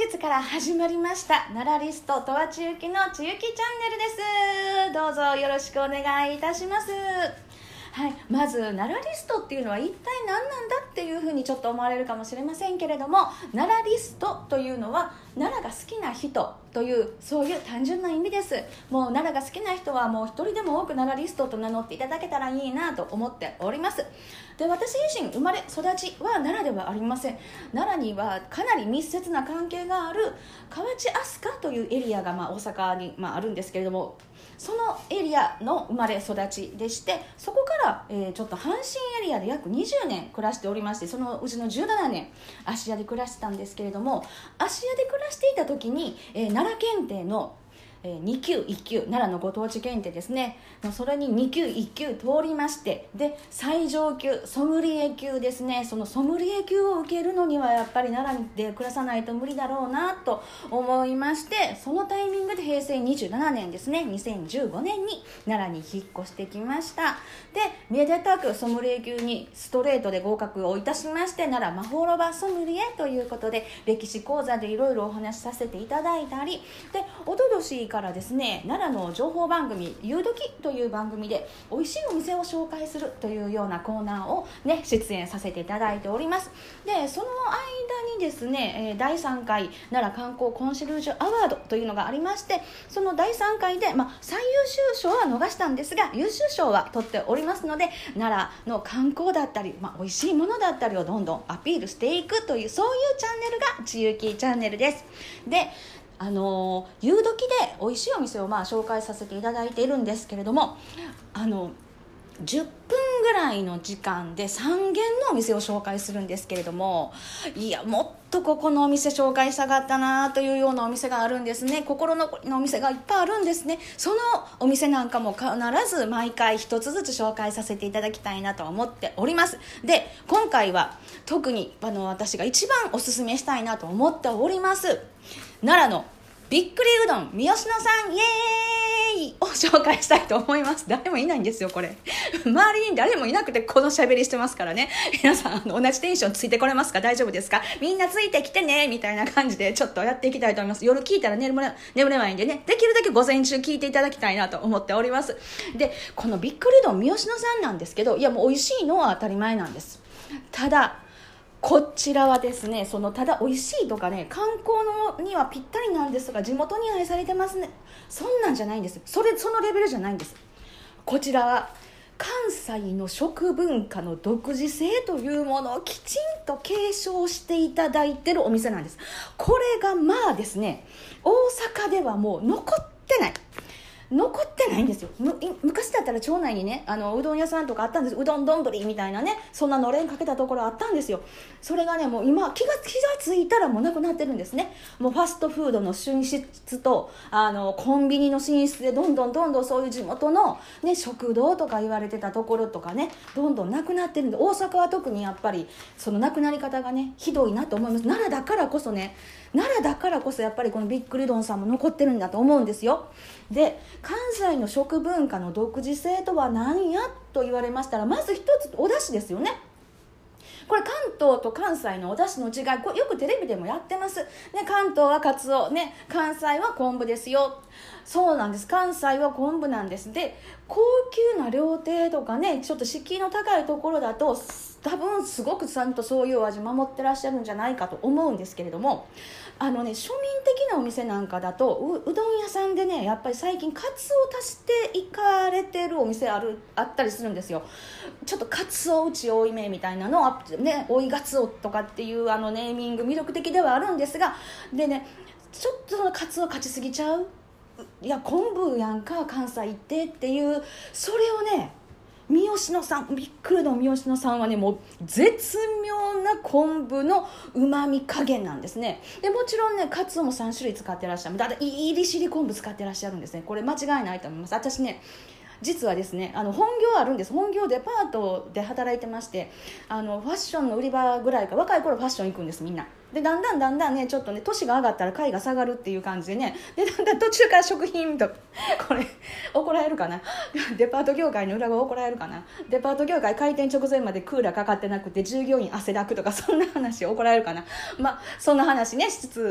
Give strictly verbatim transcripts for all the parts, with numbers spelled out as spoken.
日から始まりましたナラリストとわちゆきのちゆきチャンネルです。どうぞよろしくお願いいたします。はい、まずナラリストっていうのは一体何なんだっていうふうにちょっと思われるかもしれませんけれども、ナラリストというのは奈良が好きな人というそういう単純な意味です。もう奈良が好きな人はもう一人でも多くナラリストと名乗っていただけたらいいなと思っております。で、私自身生まれ育ちは奈良ではありません。奈良にはかなり密接な関係がある河内飛鳥というエリアがまあ大阪にまああるんですけれども、そのエリアの生まれ育ちでして、そこから、えー、ちょっと阪神エリアで約にじゅうねん暮らしておりまして、そのうちのじゅうななねん芦屋で暮らしてたんですけれども、芦屋で暮らしていた時に、えー、奈良検定のに級いっ級、奈良のご当地検定ですね、それにに級いっ級通りまして、で最上級ソムリエ級ですね、そのソムリエ級を受けるのにはやっぱり奈良で暮らさないと無理だろうなと思いまして、そのタイミングでへいせいにじゅうななねんですね、にせんじゅうごねんに奈良に引っ越してきました。でめでたくソムリエ級にストレートで合格をいたしまして、奈良まほろばソムリエということで歴史講座でいろいろお話しさせていただいたり、でおととしからですね、奈良の情報番組ゆうどきという番組で美味しいお店を紹介するというようなコーナーをね出演させていただいております。でその間にですね、だいさんかい奈良観光コンシェルジュアワードというのがありまして、そのだいさんかいで、まあ、最優秀賞は逃したんですが優秀賞は取っておりますので、奈良の観光だったり、まあ、美味しいものだったりをどんどんアピールしていくという、そういうチャンネルがちゆきチャンネルです。であのゆうどきで美味しいお店をまあ紹介させていただいているんですけれども、あのじゅっぷんぐらいの時間でさんげんのお店を紹介するんですけれども、いやもっとここのお店紹介したかったなというようなお店があるんですね。心残りのお店がいっぱいあるんですね。そのお店なんかも必ず毎回一つずつ紹介させていただきたいなと思っております。で今回は特にあの私が一番おすすめしたいなと思っております奈良のびっくりうどん三好野さんイエーイを紹介したいと思います。誰もいないんですよこれ周りに誰もいなくてこの喋りしてますからね。皆さんあの同じテンションついてこれますか？大丈夫ですか？みんなついてきてねみたいな感じでちょっとやっていきたいと思います。夜聞いたら眠れ、眠れないんでね、できるだけ午前中聞いていただきたいなと思っております。でこのびっくりうどん三好野さんなんですけど、いやもう美味しいのは当たり前なんです。ただこちらはですね、そのただ美味しいとかね、観光のにはぴったりなんですが地元に愛されてますね、そんなんじゃないんです。それそのレベルじゃないんです。こちらは関西の食文化の独自性というものをきちんと継承していただいているお店なんです。これがまあですね、大阪ではもう残ってない残ってないんですよ。む昔だったら町内にね、あのうどん屋さんとかあったんです。うどんどんぶりみたいなね、そんなのれんかけたところあったんですよ。それがねもう今気が気がついたらもうなくなってるんですね。もうファストフードの進出とあのコンビニの進出でどんどんどんどんそういう地元の、ね、食堂とか言われてたところとかね、どんどんなくなってるんで、大阪は特にやっぱりそのなくなり方がねひどいなと思います。奈良だからこそね奈良だからこそやっぱりこのびっくりどんさんも残ってるんだと思うんですよ。で関西の食文化の独自性とは何やと言われましたら、まず一つお出汁ですよね。これ関東と関西のお出汁の違い、これよくテレビでもやってます、ね、関東はカツオ、ね、関西は昆布ですよ。そうなんです、関西は昆布なんです。で高級な料亭とかね、ちょっと敷居の高いところだと多分すごくちゃんとそういう味守ってらっしゃるんじゃないかと思うんですけれども、あのね庶民的なお店なんかだと う, うどん屋さんでねやっぱり最近カツオ足していかれてるお店あるあったりするんですよ。ちょっとカツオうち多いめみたいなのをね、追いガツオとかっていうあのネーミング魅力的ではあるんですが、でねちょっとそのカツオ勝ちすぎちゃう、いや昆布やんか関西行ってっていう、それをね三好野さん、びっくりの三好野さんはねもう絶妙な昆布のうまみ加減なんですね。でもちろんねカツオもさんしゅるい使ってらっしゃる、だっていい利尻昆布使ってらっしゃるんですね。これ間違いないと思います。私ね実はですねあの本業あるんです。本業デパートで働いてまして、あのファッションの売り場ぐらいか、若い頃ファッション行くんですみんなで。だんだんだんだんねちょっとね年が上がったら買いが下がるっていう感じでね、でだんだん途中から食品とこれ怒られるかなデパート業界の裏が怒られるかな。デパート業界開店直前までクーラーかかってなくて従業員汗だくとか、そんな話怒られるかな。まあそんな話ねしつつ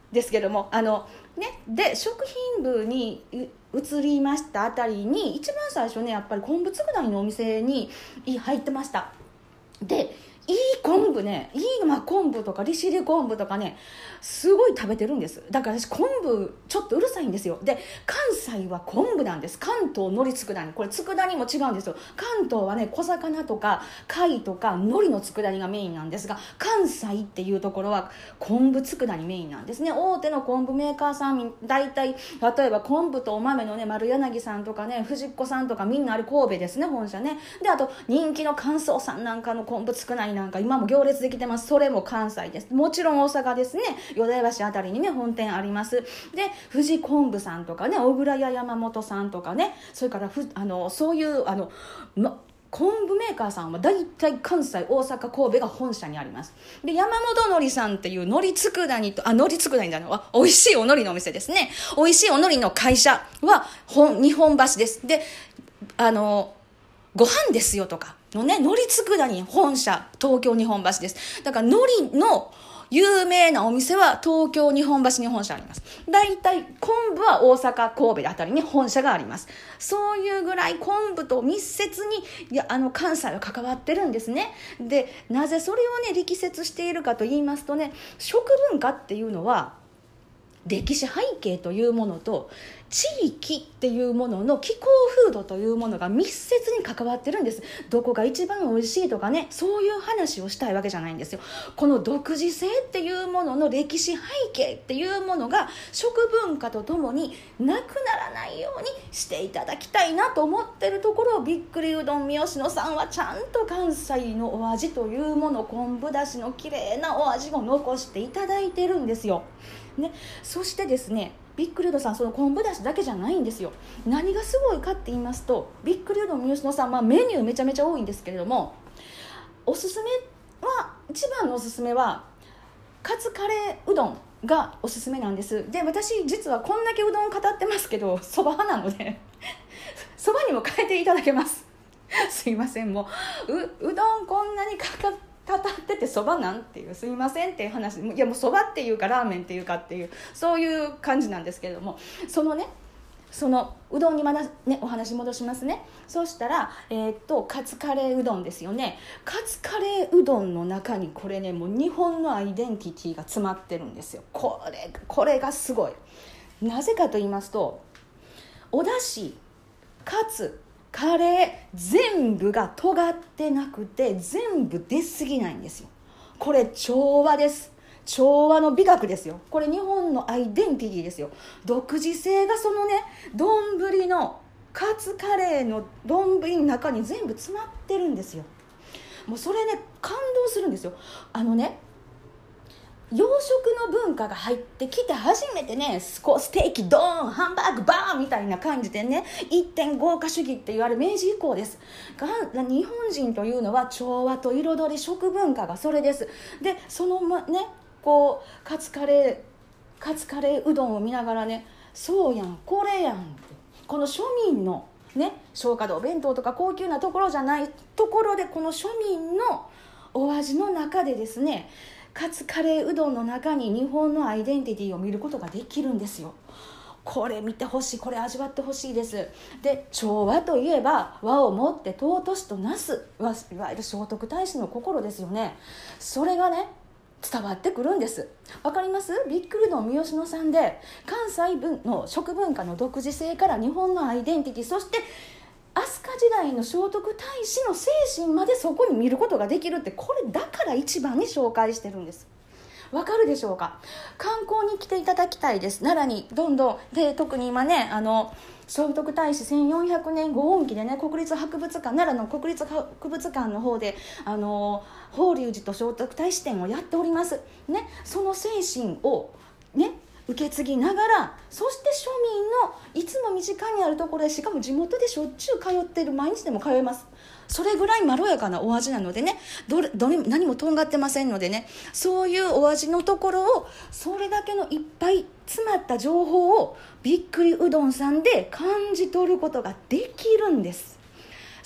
ですけども、あのね、で食品部に移りましたあたりに一番最初ね、やっぱり昆布佃煮のお店に入ってました。でいい昆布ね、いい、まあ、昆布とか利尻昆布とかね、すごい食べてるんです。だから私昆布ちょっとうるさいんですよ。で関西は昆布なんです。関東海苔佃煮、これ佃煮も違うんですよ。関東はね小魚とか貝とか海苔の佃煮がメインなんですが、関西っていうところは昆布佃煮メインなんですね。大手の昆布メーカーさん、大体例えば昆布とお豆のね丸柳さんとかね藤子さんとか、みんなあれ神戸ですね、本社ね。であと人気の関西さんなんかの昆布佃煮なんか今も行列できてます。それも関西です。もちろん大阪ですね、淀屋橋あたりにね本店あります。で富士昆布さんとかね、小倉屋山本さんとかね、それからふあのそういうあの、ま、昆布メーカーさんは大体関西、大阪、神戸が本社にあります。で山本のりさんっていう海苔佃煮とあ海苔佃煮だのは美味しいお海苔のお店ですね。美味しいお海苔の会社は本日本橋です。であのご飯ですよとかのね、海苔佃煮本社東京日本橋です。だから海苔の有名なお店は東京日本橋に本社あります。だいたい昆布は大阪神戸あたりに本社があります。そういうぐらい昆布と密接にいやあの関西は関わってるんですね。でなぜそれをね力説しているかと言いますとね、食文化っていうのは歴史背景というものと地域っていうものの気候風土というものが密接に関わってるんです。どこが一番美味しいとかね、そういう話をしたいわけじゃないんですよ。この独自性っていうものの歴史背景っていうものが食文化とともになくならないようにしていただきたいなと思ってるところを、びっくりうどん三好野さんはちゃんと関西のお味というもの、昆布だしの綺麗なお味を残していただいてるんですよね。そしてですね、びっくりうどんさん、その昆布だしだけじゃないんですよ。何がすごいかって言いますと、びっくりうどん三好野さんはメニューめちゃめちゃ多いんですけれども、おすすめは一番のおすすめはカツカレーうどんがおすすめなんです。で私実はこんだけうどん語ってますけどそば派なのでそばにも変えていただけますすいません、もう う, うどんこんなにかかって語っててそばなんていう、すいませんっていう話、いやもうそばっていうかラーメンっていうかっていう、そういう感じなんですけれども、そのねそのうどんにまだねお話戻しますね。そうしたら、えー、っとカツカレーうどんですよね。カツカレーうどんの中にこれね、もう日本のアイデンティティが詰まってるんですよ。これこれがすごい。なぜかと言いますと、お出汁カツカレー全部が尖ってなくて全部出過ぎないんですよ。これ調和です。調和の美学ですよ。これ日本のアイデンティティですよ。独自性がそのね丼のカツカレーの丼の中に全部詰まってるんですよ。もうそれね感動するんですよ。あのね洋食の文化が入ってきて初めてね、ステーキドーンハンバーグバーンみたいな感じでね いってん豪華主義って言われる明治以降ですが、日本人というのは調和と彩り食文化がそれです。でそのねこうカツカレーカツカレーうどんを見ながらね、そうやんこれやんって、この庶民のね松花堂弁当とか高級なところじゃないところで、この庶民のお味の中でですね、カツカレーうどんの中に日本のアイデンティティを見ることができるんですよ。これ見てほしい、これ味わってほしいです。で調和といえば和をもって尊しとなす、いわゆる聖徳太子の心ですよね。それがね伝わってくるんです。わかります？びっくりの三好野さんで関西文の食文化の独自性から日本のアイデンティティ、そして飛鳥時代の聖徳太子の精神までそこに見ることができるって、これだから一番に紹介してるんです。わかるでしょうか？観光に来ていただきたいです。奈良にどんどんで、特に今ねあの聖徳太子せんよんひゃくねんご恩期でね、国立博物館、奈良の国立博物館の方であの法隆寺と聖徳太子展をやっておりますね。その精神をね受け継ぎながら、そして庶民のいつも身近にあるところで、しかも地元でしょっちゅう通っている、毎日でも通えます。それぐらいまろやかなお味なのでね、どれどれ何もとんがってませんのでね、そういうお味のところをそれだけのいっぱい詰まった情報をびっくりうどんさんで感じ取ることができるんです。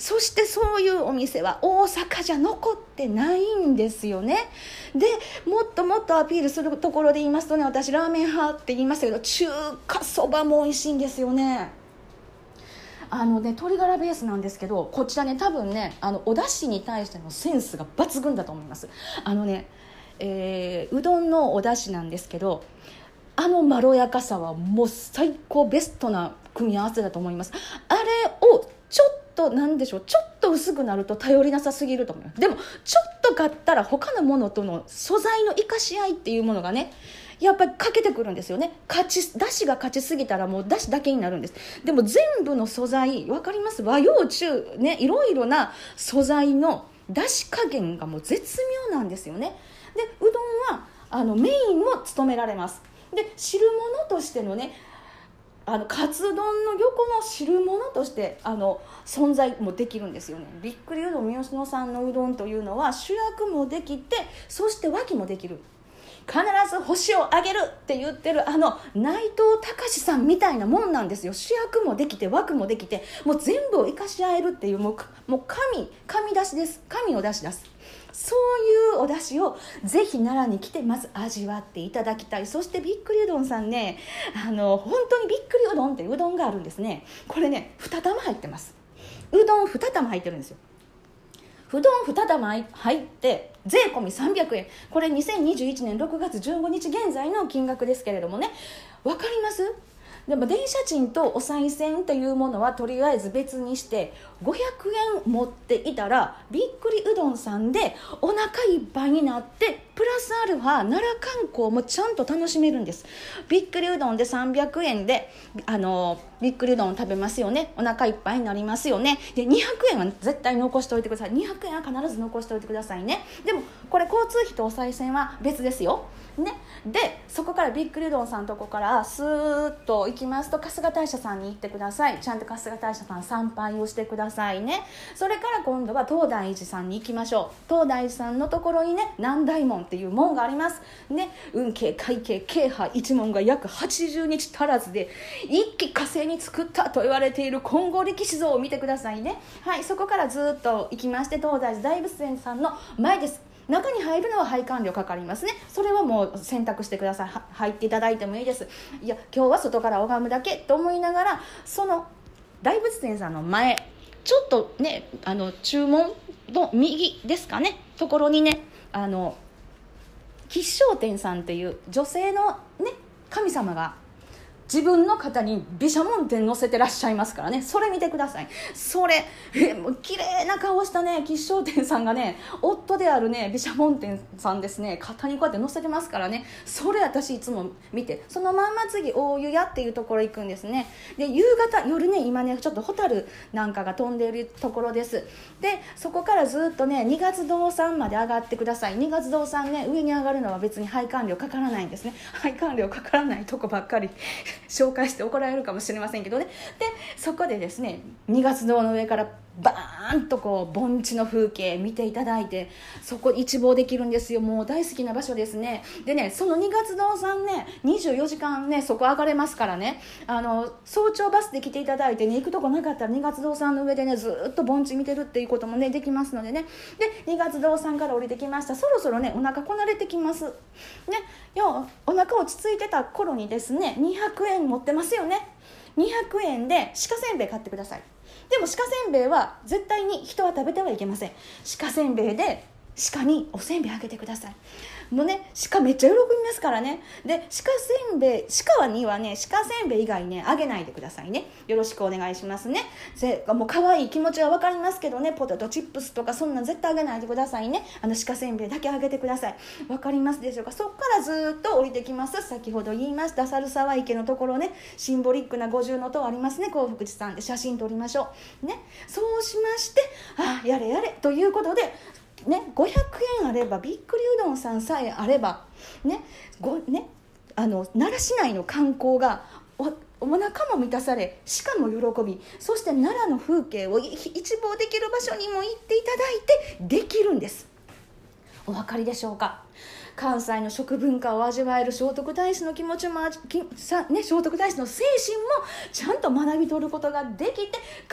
そしてそういうお店は大阪じゃ残ってないんですよね。でもっともっとアピールするところで言いますとね、私ラーメン派って言いましたけど、中華そばも美味しいんですよね。あのね、鶏ガラベースなんですけど、こちらね多分ね、あのお出汁に対してのセンスが抜群だと思います。あのね、えー、うどんのお出汁なんですけど、あのまろやかさはもう最高ベストな組み合わせだと思います。あれをちょっとなんでしょう、ちょっと薄くなると頼りなさすぎると思います。でもちょっと買ったら他のものとの素材の生かし合いっていうものがね、やっぱり欠けてくるんですよね。勝ちだしが勝ちすぎたらもうだしだけになるんです。でも全部の素材分かります？和洋中ね、いろいろな素材のだし加減がもう絶妙なんですよね。でうどんはあのメインも務められます。で汁物としてのね、あのカツ丼の横の汁物としてあの存在もできるんですよね。びっくりうどん三好野さんのうどんというのは主役もできて、そして脇もできる、必ず星をあげるって言ってるあの内藤隆さんみたいなもんなんですよ。主役もできて枠もできて、もう全部を生かし合えるっていう、もう、もう神神出しです。神を出し出す、そういうお出汁をぜひ奈良に来てまず味わっていただきたい。そしてびっくりうどんさんね、あの本当にびっくりうどんっていううどんがあるんですね。これねに玉入ってます。うどんに玉入ってるんですよ。うどんに玉入って税込みさんびゃくえん。これにせんにじゅういちねんろくがつじゅうごにち現在の金額ですけれどもね、わかります？でも電車賃とお賽銭というものはとりあえず別にしてごひゃくえん持っていたらびっくりうどんさんでお腹いっぱいになって、プラスアルファ奈良観光もちゃんと楽しめるんです。びっくりうどんでさんびゃくえんであのびっくりうどん食べますよね。お腹いっぱいになりますよね。でにひゃくえんは絶対残しておいてください。にひゃくえんは必ず残しておいてくださいね。でもこれ交通費とお賽銭は別ですよね。でそこからびっくりうどんさんのとこからスーッと行きますと春日大社さんに行ってください。ちゃんと春日大社さん参拝をしてくださいね。それから今度は東大寺さんに行きましょう。東大寺さんのところにね、南大門っていう門がありますね。運慶会慶慶派一門が約はちじゅうにち足らずで一気火星に作ったと言われている金剛力士像を見てくださいね。はい、そこからずっと行きまして東大寺大仏殿さんの前です。中に入るのは拝観料かかりますね。それはもう選択してください。入っていただいてもいいです。いや今日は外から拝むだけと思いながら、その大仏殿さんの前ちょっとね、あの注文の右ですかね、ところにね、あの吉祥天さんっていう女性のね神様が自分の肩に毘沙門天乗せてらっしゃいますからね。それ見てください。それえもう綺麗な顔したね吉祥天さんがね、夫であるね毘沙門天さんですね、肩にこうやって乗せてますからね。それ私いつも見て、そのまんま次大湯屋っていうところ行くんですね。で夕方夜ね、今ねちょっとホタルなんかが飛んでいるところです。でそこからずっとねにがつ堂さんまで上がってください。にがつ堂さんね、上に上がるのは別に拝観料かからないんですね。拝観料かからないとこばっかり紹介して怒られるかもしれませんけどね。でそこでですね、にがつ堂の上からバーンとこう盆地の風景見ていただいて、そこ一望できるんですよ。もう大好きな場所ですね。でね、そのにがつ堂さんねにじゅうよじかんねそこ上がれますからね、あの早朝バスで来ていただいてね、行くとこなかったらにがつ堂さんの上でねずっと盆地見てるっていうこともねできますのでね。でにがつ堂さんから降りてきました。そろそろねお腹こなれてきますね。よお腹落ち着いてた頃にですね、にひゃくえん持ってますよね。にひゃくえんで鹿せんべい買ってください。でも鹿せんべいは絶対に人は食べてはいけません。鹿せんべいで鹿におせんべいあげてください。もうね鹿めっちゃ喜びますからね。で鹿せんべい、鹿にはね鹿せんべい以外ねあげないでくださいね。よろしくお願いしますね。ぜもう可愛い気持ちは分かりますけどね、ポテトチップスとかそんなん絶対あげないでくださいね。あの鹿せんべいだけあげてください。分かりますでしょうか。そこからずっと降りてきます。先ほど言いました猿沢池のところね、シンボリックな五重塔ありますね。幸福寺さんで写真撮りましょうね。そうしまして、あやれやれということでね、ごひゃくえんあれば、びっくりうどんさんさえあればね、ごねあの奈良市内の観光が お, お腹も満たされ、しかも喜び、そして奈良の風景を一望できる場所にも行っていただいてできるんです。お分かりでしょうか。関西の食文化を味わえる聖徳太子の気持ちもきさ、ね、聖徳太子の精神もちゃんと学び取ることができて、観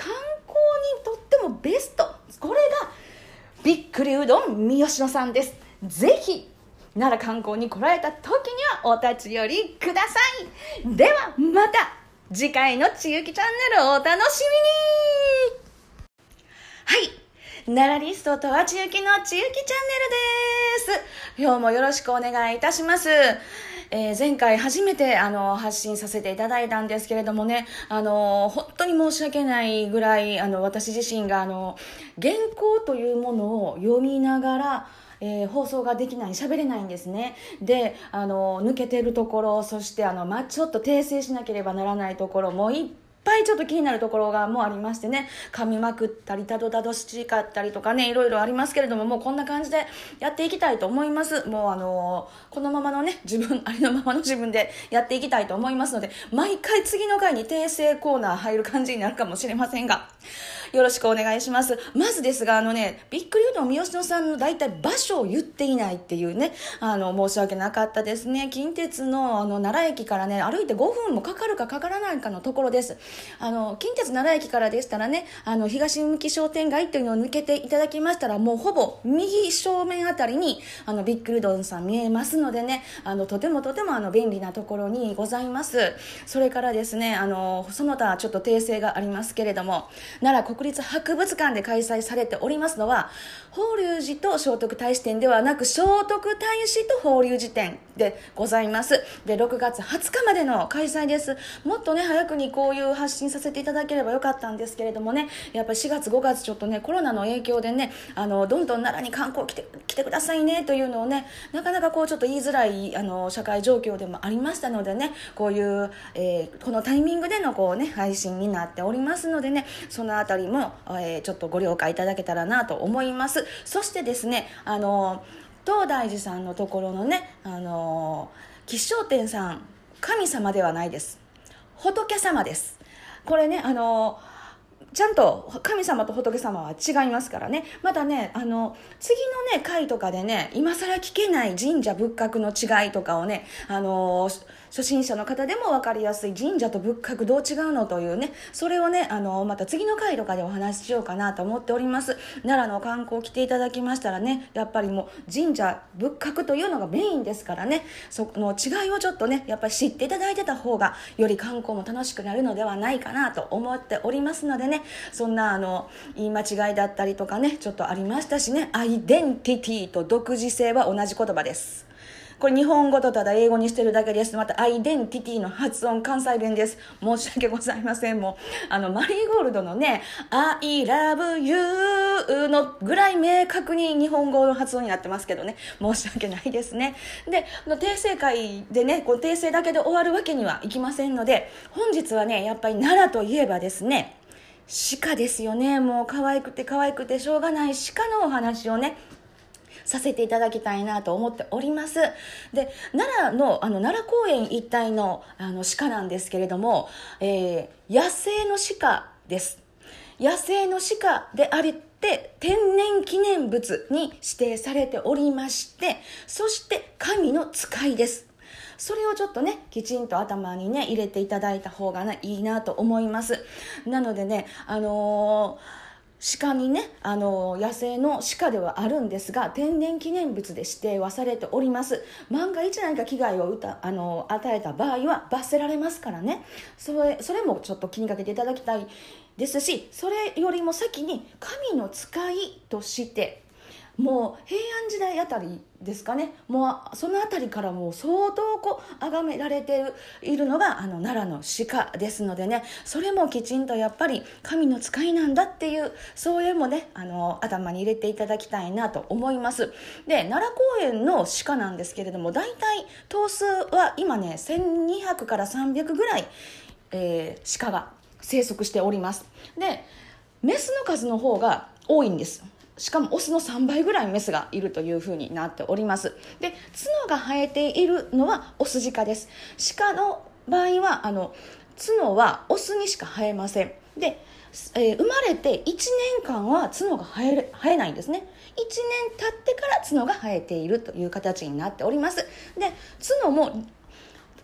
にとってもベスト、これがびっくりうどん三好野さんです。ぜひ奈良観光に来られた時にはお立ち寄りください。ではまた次回のちゆきチャンネルをお楽しみに。はい、奈良リストとわちゆきのちゆきチャンネルです。今日もよろしくお願いいたします。えー、前回初めてあの発信させていただいたんですけれどもね、あの本当に申し訳ないぐらいあの私自身があの原稿というものを読みながらえー、放送ができない、喋れないんですね。で、あの抜けてるところ、そしてあの、まあ、ちょっと訂正しなければならないところもいっぱいちょっと気になるところがもうありましてね、噛みまくったりたどたどしかったりとかね、いろいろありますけれども、もうこんな感じでやっていきたいと思います。もうあのこのままのね、自分ありのままの自分でやっていきたいと思いますので、毎回次の回に訂正コーナー入る感じになるかもしれませんが、よろしくお願いします。まずですが、あのね、びっくりうどん三好野さんの大体場所を言っていないっていうね、あの申し訳なかったですね。近鉄のあの奈良駅からね、歩いてごふんもかかるかかからないかのところです。あの近鉄奈良駅からでしたらね、あの東向き商店街というのを抜けていただきましたら、もうほぼ右正面あたりにあのびっくりうどんさん見えますのでね、あのとてもとてもあの便利なところにございます。それからですね、あのその他ちょっと訂正がありますけれども、奈良国立博物館で開催されておりますのは、法隆寺と聖徳太子展ではなく、聖徳太子と法隆寺展でございます。で、ろくがつはつかまでの開催です。もっとね、早くにこういう発信させていただければよかったんですけれどもね、やっぱりしがつごがつちょっとね、コロナの影響でね、あのどんどん奈良に観光来て来てくださいねというのをね、なかなかこうちょっと言いづらいあの社会状況でもありましたのでね、こういう、えー、このタイミングでのこうね配信になっておりますのでね、そのあたりも、えー、ちょっとご了解いただけたらなと思います。そしてですね、あの東大寺さんのところのね、あの吉祥天さん、神様ではないです、仏様です。これね、あのちゃんと神様と仏様は違いますからね。またね、あの次のね回とかでね、今更聞けない神社仏閣の違いとかをね、あの初心者の方でも分かりやすい神社と仏閣どう違うのというね、それをね、あのまた次の回とかでお話ししようかなと思っております。奈良の観光来ていただきましたらね、やっぱりもう神社仏閣というのがメインですからね、その違いをちょっとね、やっぱり知っていただいてた方がより観光も楽しくなるのではないかなと思っておりますのでね、そんなあの言い間違いだったりとかね、ちょっとありましたしね、アイデンティティと独自性は同じ言葉です。これ日本語とただ英語にしてるだけです。またアイデンティティの発音関西弁です。申し訳ございません。もうあのマリーゴールドのね I love you のぐらい明確に日本語の発音になってますけどね、申し訳ないですね。で、訂正会でね、この訂正だけで終わるわけにはいきませんので、本日はね、やっぱり奈良といえばですね、鹿ですよね。もう可愛くて可愛くてしょうがない鹿のお話をねさせていただきたいなと思っております。で、奈良のあの奈良公園一帯のあの鹿なんですけれども、えー、野生の鹿です。野生の鹿でありて天然記念物に指定されておりまして、そして神の使いです。それをちょっとね、きちんと頭にね入れていただいた方がいいなと思います。なのでね、あのー鹿にね、あの野生の鹿ではあるんですが、天然記念物で指定はされております。万が一何か危害をうたあの与えた場合は罰せられますからね、それそれもちょっと気にかけていただきたいですし、それよりも先に神の使いとして、もう平安時代あたりですかね、もうそのあたりからもう相当こう崇められているのがあの奈良の鹿ですのでね、それもきちんとやっぱり神の使いなんだっていう、そういうもね、あの頭に入れていただきたいなと思います。で、奈良公園の鹿なんですけれども、大体頭数は今ねせんにひゃくからさんびゃくぐらい、えー、鹿が生息しております。で、メスの数の方が多いんです。しかもオスのさんばいぐらいメスがいるというふうになっております。で、角が生えているのはオス鹿です。鹿の場合はあの角はオスにしか生えません。で、えー、生まれていちねんかんは角が生え、生えないんですね。いちねん経ってから角が生えているという形になっております。で、角も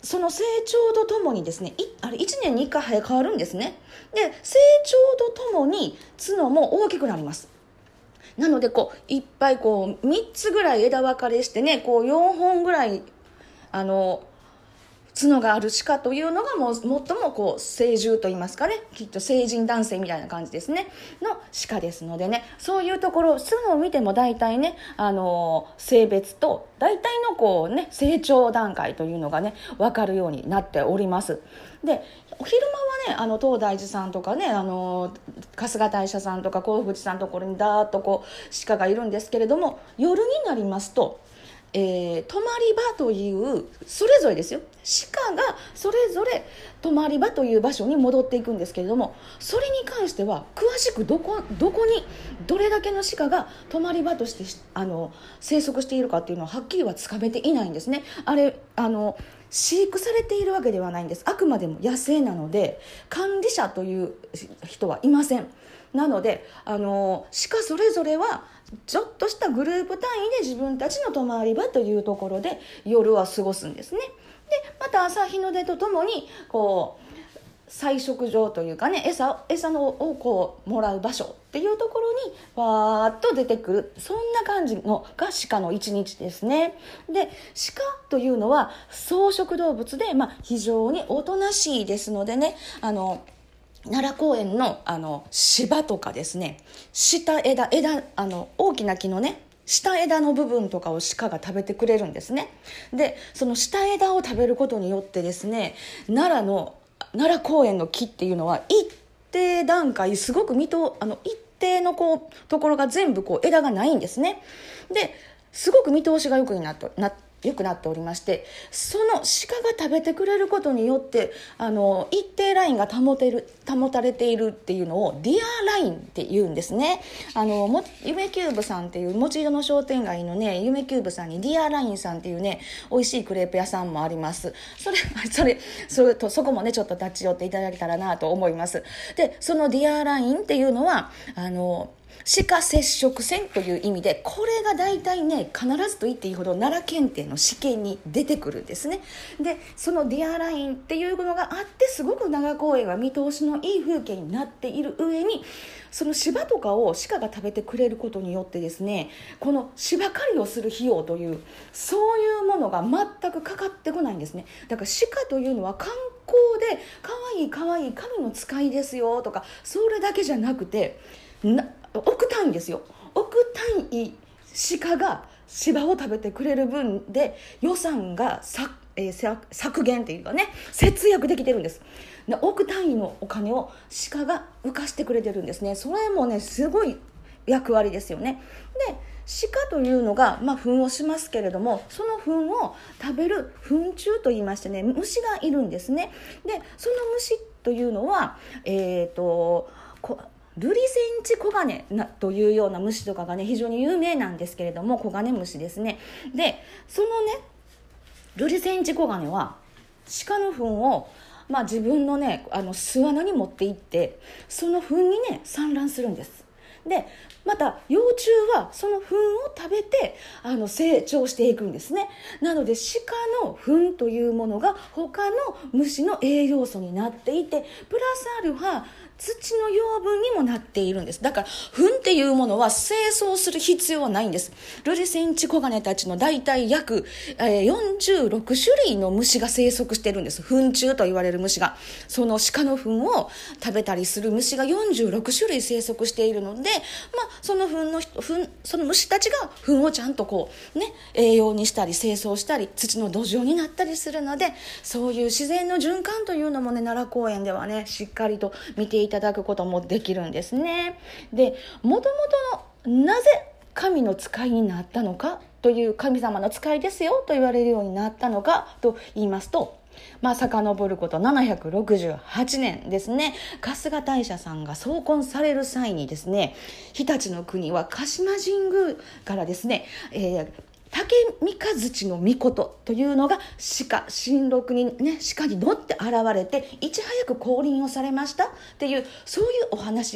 その成長とともにですね、いあれいちねんにいっかい生え変わるんですね。で成長とともに角も大きくなります。なのでこういっぱいこうみっつぐらい枝分かれしてね、こうよんほんぐらいあの角がある鹿というのがもう最もこう成獣といいますかね、きっと成人男性みたいな感じですねの鹿ですのでね、そういうところ角を見ても大体ね、あの性別と大体のこうね成長段階というのがね分かるようになっております。で昼間はね、あの東大寺さんとかね、あの春日大社さんとか興福寺さんのところにダーッとこう鹿がいるんですけれども、夜になりますとえー、泊まり場というそれぞれですよ、鹿がそれぞれ泊まり場という場所に戻っていくんですけれども、それに関しては詳しくどこ、どこにどれだけの鹿が泊まり場としてあの生息しているかっていうのははっきりはつかめていないんですね。あれあの飼育されているわけではないんです。あくまでも野生なので管理者という人はいません。なのであの鹿それぞれはちょっとしたグループ単位で自分たちの泊まり場というところで夜は過ごすんですね。でまた朝日の出とともにこう採食場というかね、餌、餌のをこうもらう場所っていうところにわーっと出てくる、そんな感じのが鹿の一日ですね。で鹿というのは草食動物で、まあ、非常におとなしいですのでね、あの奈良公園のあの芝とかですね、下枝枝あの大きな木のね下枝の部分とかを鹿が食べてくれるんですね。でその下枝を食べることによってですね、奈良の奈良公園の木っていうのは一定段階すごく見とあの一定のこうところが全部こう枝がないんですね。ですごく見通しが良くなってな良くなっておりまして、その鹿が食べてくれることによってあの一定ラインが保てる保たれているっていうのをディアラインって言うんですね。あのも夢キューブさんっていうもちろの商店街のね夢キューブさんにディアラインさんっていうね美味しいクレープ屋さんもあります。それそれそれとそこもねちょっと立ち寄っていただけたらなと思います。でそのディアラインっていうのはあの鹿接触線という意味で、これが大体ね必ずと言っていいほど奈良検定の試験に出てくるんですね。でそのディアラインっていうのがあってすごく奈良公園は見通しのいい風景になっている上に、その芝とかを鹿が食べてくれることによってですね、この芝刈りをする費用というそういうものが全くかかってこないんですね。だから鹿というのは観光でかわいいかわいい神の使いですよとかそれだけじゃなくてな億単位ですよ、億単位鹿が芝を食べてくれる分で予算がさ、えー、削減っていうかね節約できてるんです。で億単位のお金を鹿が浮かしてくれてるんですね。それもねすごい役割ですよね。で鹿というのが、まあ、糞をしますけれども、その糞を食べる糞虫といいましてね虫がいるんですね。でその虫というのはえっ、ー、とこルリセンチコガネというような虫とかがね非常に有名なんですけれども、コガネムシですね。でそのねルリセンチコガネは鹿の糞を、まあ、自分のねあの巣穴に持って行ってその糞にね産卵するんです。でまた幼虫はその糞を食べてあの成長していくんですね。なので鹿の糞というものが他の虫の栄養素になっていて、プラスアルファ土の養分にもなっているんです。だから糞っていうものは清掃する必要はないんです。ルリセンチコガネたちの大体約、えー、よんじゅうろくしゅるいの虫が生息してるんです。糞虫と言われる虫が、その鹿の糞を食べたりする虫がよんじゅうろくしゅるい生息しているので、まあ、その糞の糞その虫たちが糞をちゃんとこうね栄養にしたり清掃したり土の土壌になったりするので、そういう自然の循環というのもね奈良公園ではねしっかりと見ていただくこともできるんですね。でもともとのなぜ神の使いになったのかという、神様の使いですよと言われるようになったのかと言いますと、まあ遡ることななひゃくろくじゅうはちねんですね、春日大社さんが創建される際にですね、日立の国は鹿島神宮からですね、えー竹三日月の御事というのが鹿神鹿にね鹿に乗って現れていち早く降臨をされましたっていう、そういうお話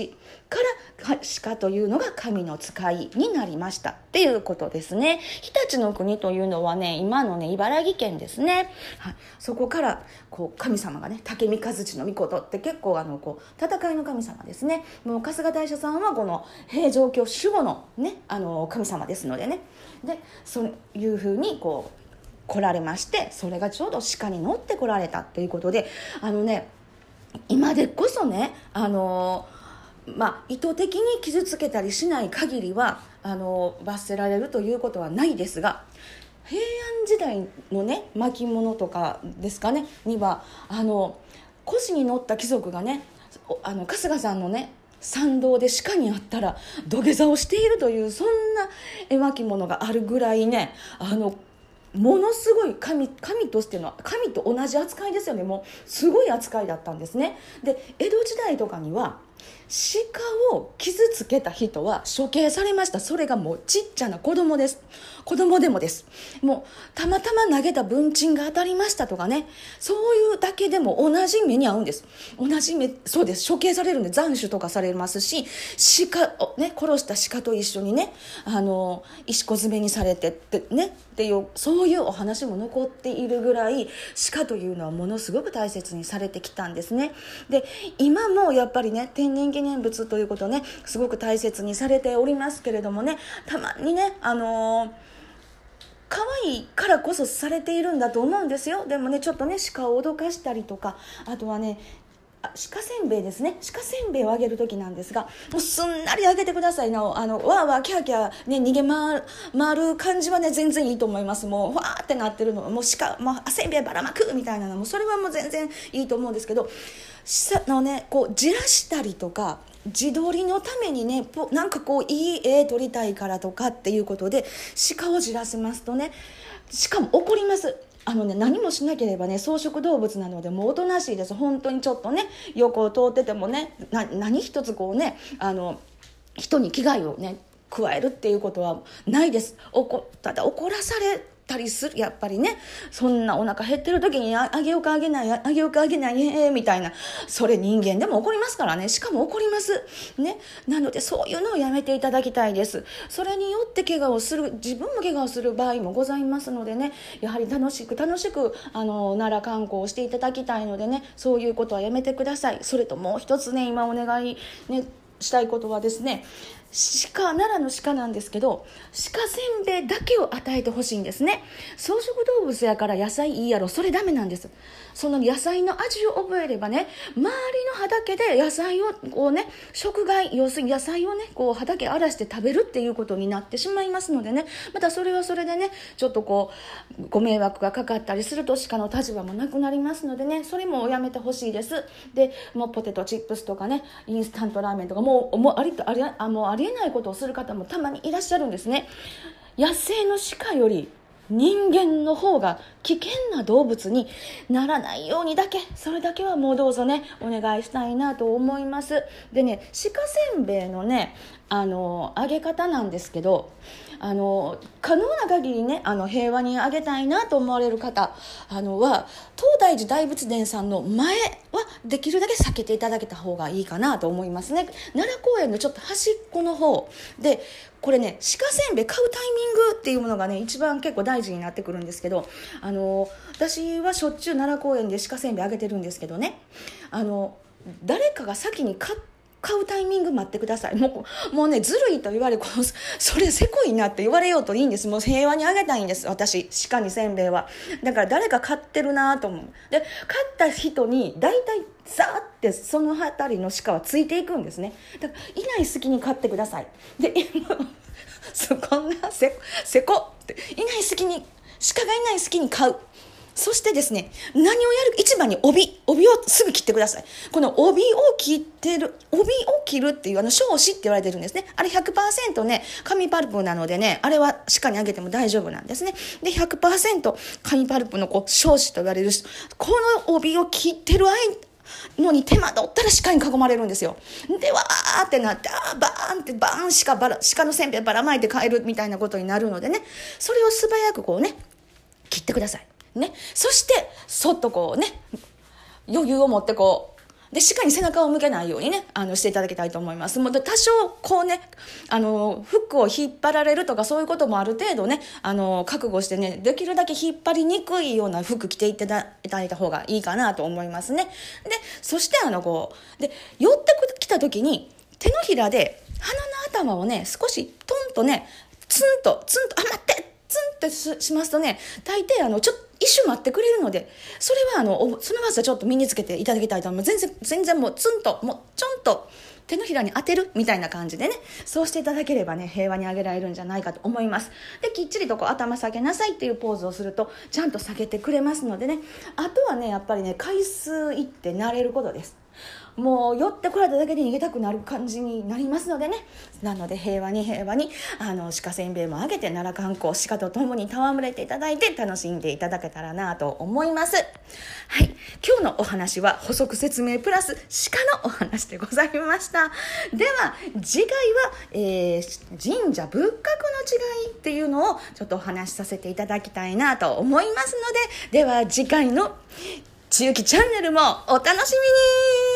から鹿というのが神の使いになりましたっていうことですね。日立の国というのはね、今のね茨城県ですね、はい、そこからこう神様がね、武三日槌の御事って結構あのこう戦いの神様ですね。もう春日大社さんはこの平城京守護のね、あの神様ですのでね、でそういうふうにこう来られまして、それがちょうど鹿に乗って来られたということで、あのね今でこそね、あのまあ、意図的に傷つけたりしない限りはあの罰せられるということはないですが、平安時代のね巻物とかですかねにはあの腰に乗った貴族がね、あの春日さんのね参道で鹿に会ったら土下座をしているという、そんな絵巻物があるぐらいね、あのものすごい神、神としての神と同じ扱いですよね。もうすごい扱いだったんですね。で江戸時代とかには鹿を傷つけた人は処刑されました。それがもうちっちゃな子供です。子供でもです。もうたまたま投げた文鎮が当たりましたとかね、そういうだけでも同じ目に遭うんです。同じ目、そうです。処刑されるんで斬首とかされますし、鹿をね、殺した鹿と一緒にね、あの石こ詰めにされてってねっていう、そういうお話も残っているぐらい鹿というのはものすごく大切にされてきたんですね。で今もやっぱりね、天然記念物ということね、すごく大切にされておりますけれどもね、たまにね、あのー、可愛いからこそされているんだと思うんですよ。でもね、ちょっとね鹿を脅かしたりとか、あとはねあ鹿せんべいですね、鹿せんべいをあげる時なんですが、もうすんなりあげてくださいな。あのわーわーキャーキャー、ね、逃げ回る、回る感じはね全然いいと思います。もうわーってなってるのもう鹿もうせんべいばらまくみたいなのも、それはもう全然いいと思うんですけど、さのねこうじらしたりとか自撮りのためにね、なんかこういい絵撮りたいからとかっていうことで鹿をじらせますとね、鹿も怒ります。あのね、何もしなければね草食動物なのでもうおとなしいです。本当にちょっとね横を通っててもね、な何一つこうね、あの人に危害をね加えるっていうことはないです。おこただ怒らされたりする、やっぱりね、そんなお腹減ってる時に あ, あげようかあげないあげようかあげないえー、みたいな、それ人間でも怒りますからね。しかも怒りますね。なのでそういうのをやめていただきたいです。それによって怪我をする、自分も怪我をする場合もございますのでね、やはり楽しく楽しくあの奈良観光をしていただきたいのでね、そういうことはやめてください。それともう一つね、今お願いねしたいことはですね、鹿、奈良の鹿なんですけど、鹿せんべいだけを与えてほしいんですね。草食動物やから野菜いいやろ、それダメなんです。その野菜の味を覚えればね、周りの畑で野菜をこうね、食害、要するに野菜をねこう畑荒らして食べるっていうことになってしまいますのでね、またそれはそれでねちょっとこうご迷惑がかかったりすると鹿の立場もなくなりますのでね、それもやめてほしいです。でもうポテトチップスとかね、インスタントラーメンとかもうもうありとありあもうありえないことをする方もたまにいらっしゃるんですね。野生の鹿より人間の方が危険な動物にならないようにだけ、それだけはもうどうぞねお願いしたいなと思います。でね、鹿せんべいのねあの揚げ方なんですけど、あの可能な限りねあの平和に揚げたいなと思われる方あのは東大寺大仏殿さんの前はできるだけ避けていただけた方がいいかなと思いますね。奈良公園のちょっと端っこの方で、これね鹿せんべい買うタイミングっていうものがね一番結構大事になってくるんですけど、あの私はしょっちゅう奈良公園で鹿せんべいあげてるんですけどね、あの誰かが先に買って買うタイミング待ってください。もう、もうねずるいと言われ、このそれせこいなって言われようといいんです。もう平和にあげたいんです、私鹿にせんべいは。だから誰か買ってるなと思う。で買った人に大体ザーってその辺りの鹿はついていくんですね。だからいない隙に買ってください。でそこんなせせこっていない隙に、鹿がいない隙に買う。そしてですね、何をやる、一番に帯帯をすぐ切ってください。この帯を切ってる、帯を切るっていうあの少子って言われてるんですね。あれ ひゃくパーセント ね紙パルプなのでね、あれは鹿にあげても大丈夫なんですね。で ひゃくパーセント 紙パルプのこう少子と言われる、この帯を切ってる間のに手間取ったら鹿に囲まれるんですよ。でわーってなって、あーバーンってバーン鹿ばら鹿のせんべいばらまいて帰るみたいなことになるのでね、それを素早くこうね切ってくださいね。そしてそっとこうね余裕を持ってこで鹿に背中を向けないようにねあのしていただきたいと思います。もう多少こうねあの服を引っ張られるとかそういうこともある程度ねあの覚悟してねできるだけ引っ張りにくいような服着ていただいた方がいいかなと思いますね。でそしてあのこうで寄ってきた時に手のひらで鼻の頭をね少しトンとねツンとツンとあ待ってツンってししますとね大抵あのちょっと一瞬待ってくれるので、それはあのその技ちょっと身につけていただきたいと思います。全然全然もうツンともうちょんと手のひらに当てるみたいな感じでねそうしていただければね平和にあげられるんじゃないかと思います。できっちりとこう頭下げなさいっていうポーズをするとちゃんと下げてくれますのでね、あとはねやっぱりね回数いって慣れることです。もう寄ってこられただけで逃げたくなる感じになりますのでね、なので平和に平和にあの鹿せんべいもあげて奈良観光鹿とともに戯れていただいて楽しんでいただけたらなと思います。はい、今日のお話は補足説明プラス鹿のお話でございました。では次回は、えー、神社仏閣の違いっていうのをちょっとお話しさせていただきたいなと思いますので、では次回のちゆきチャンネルもお楽しみに。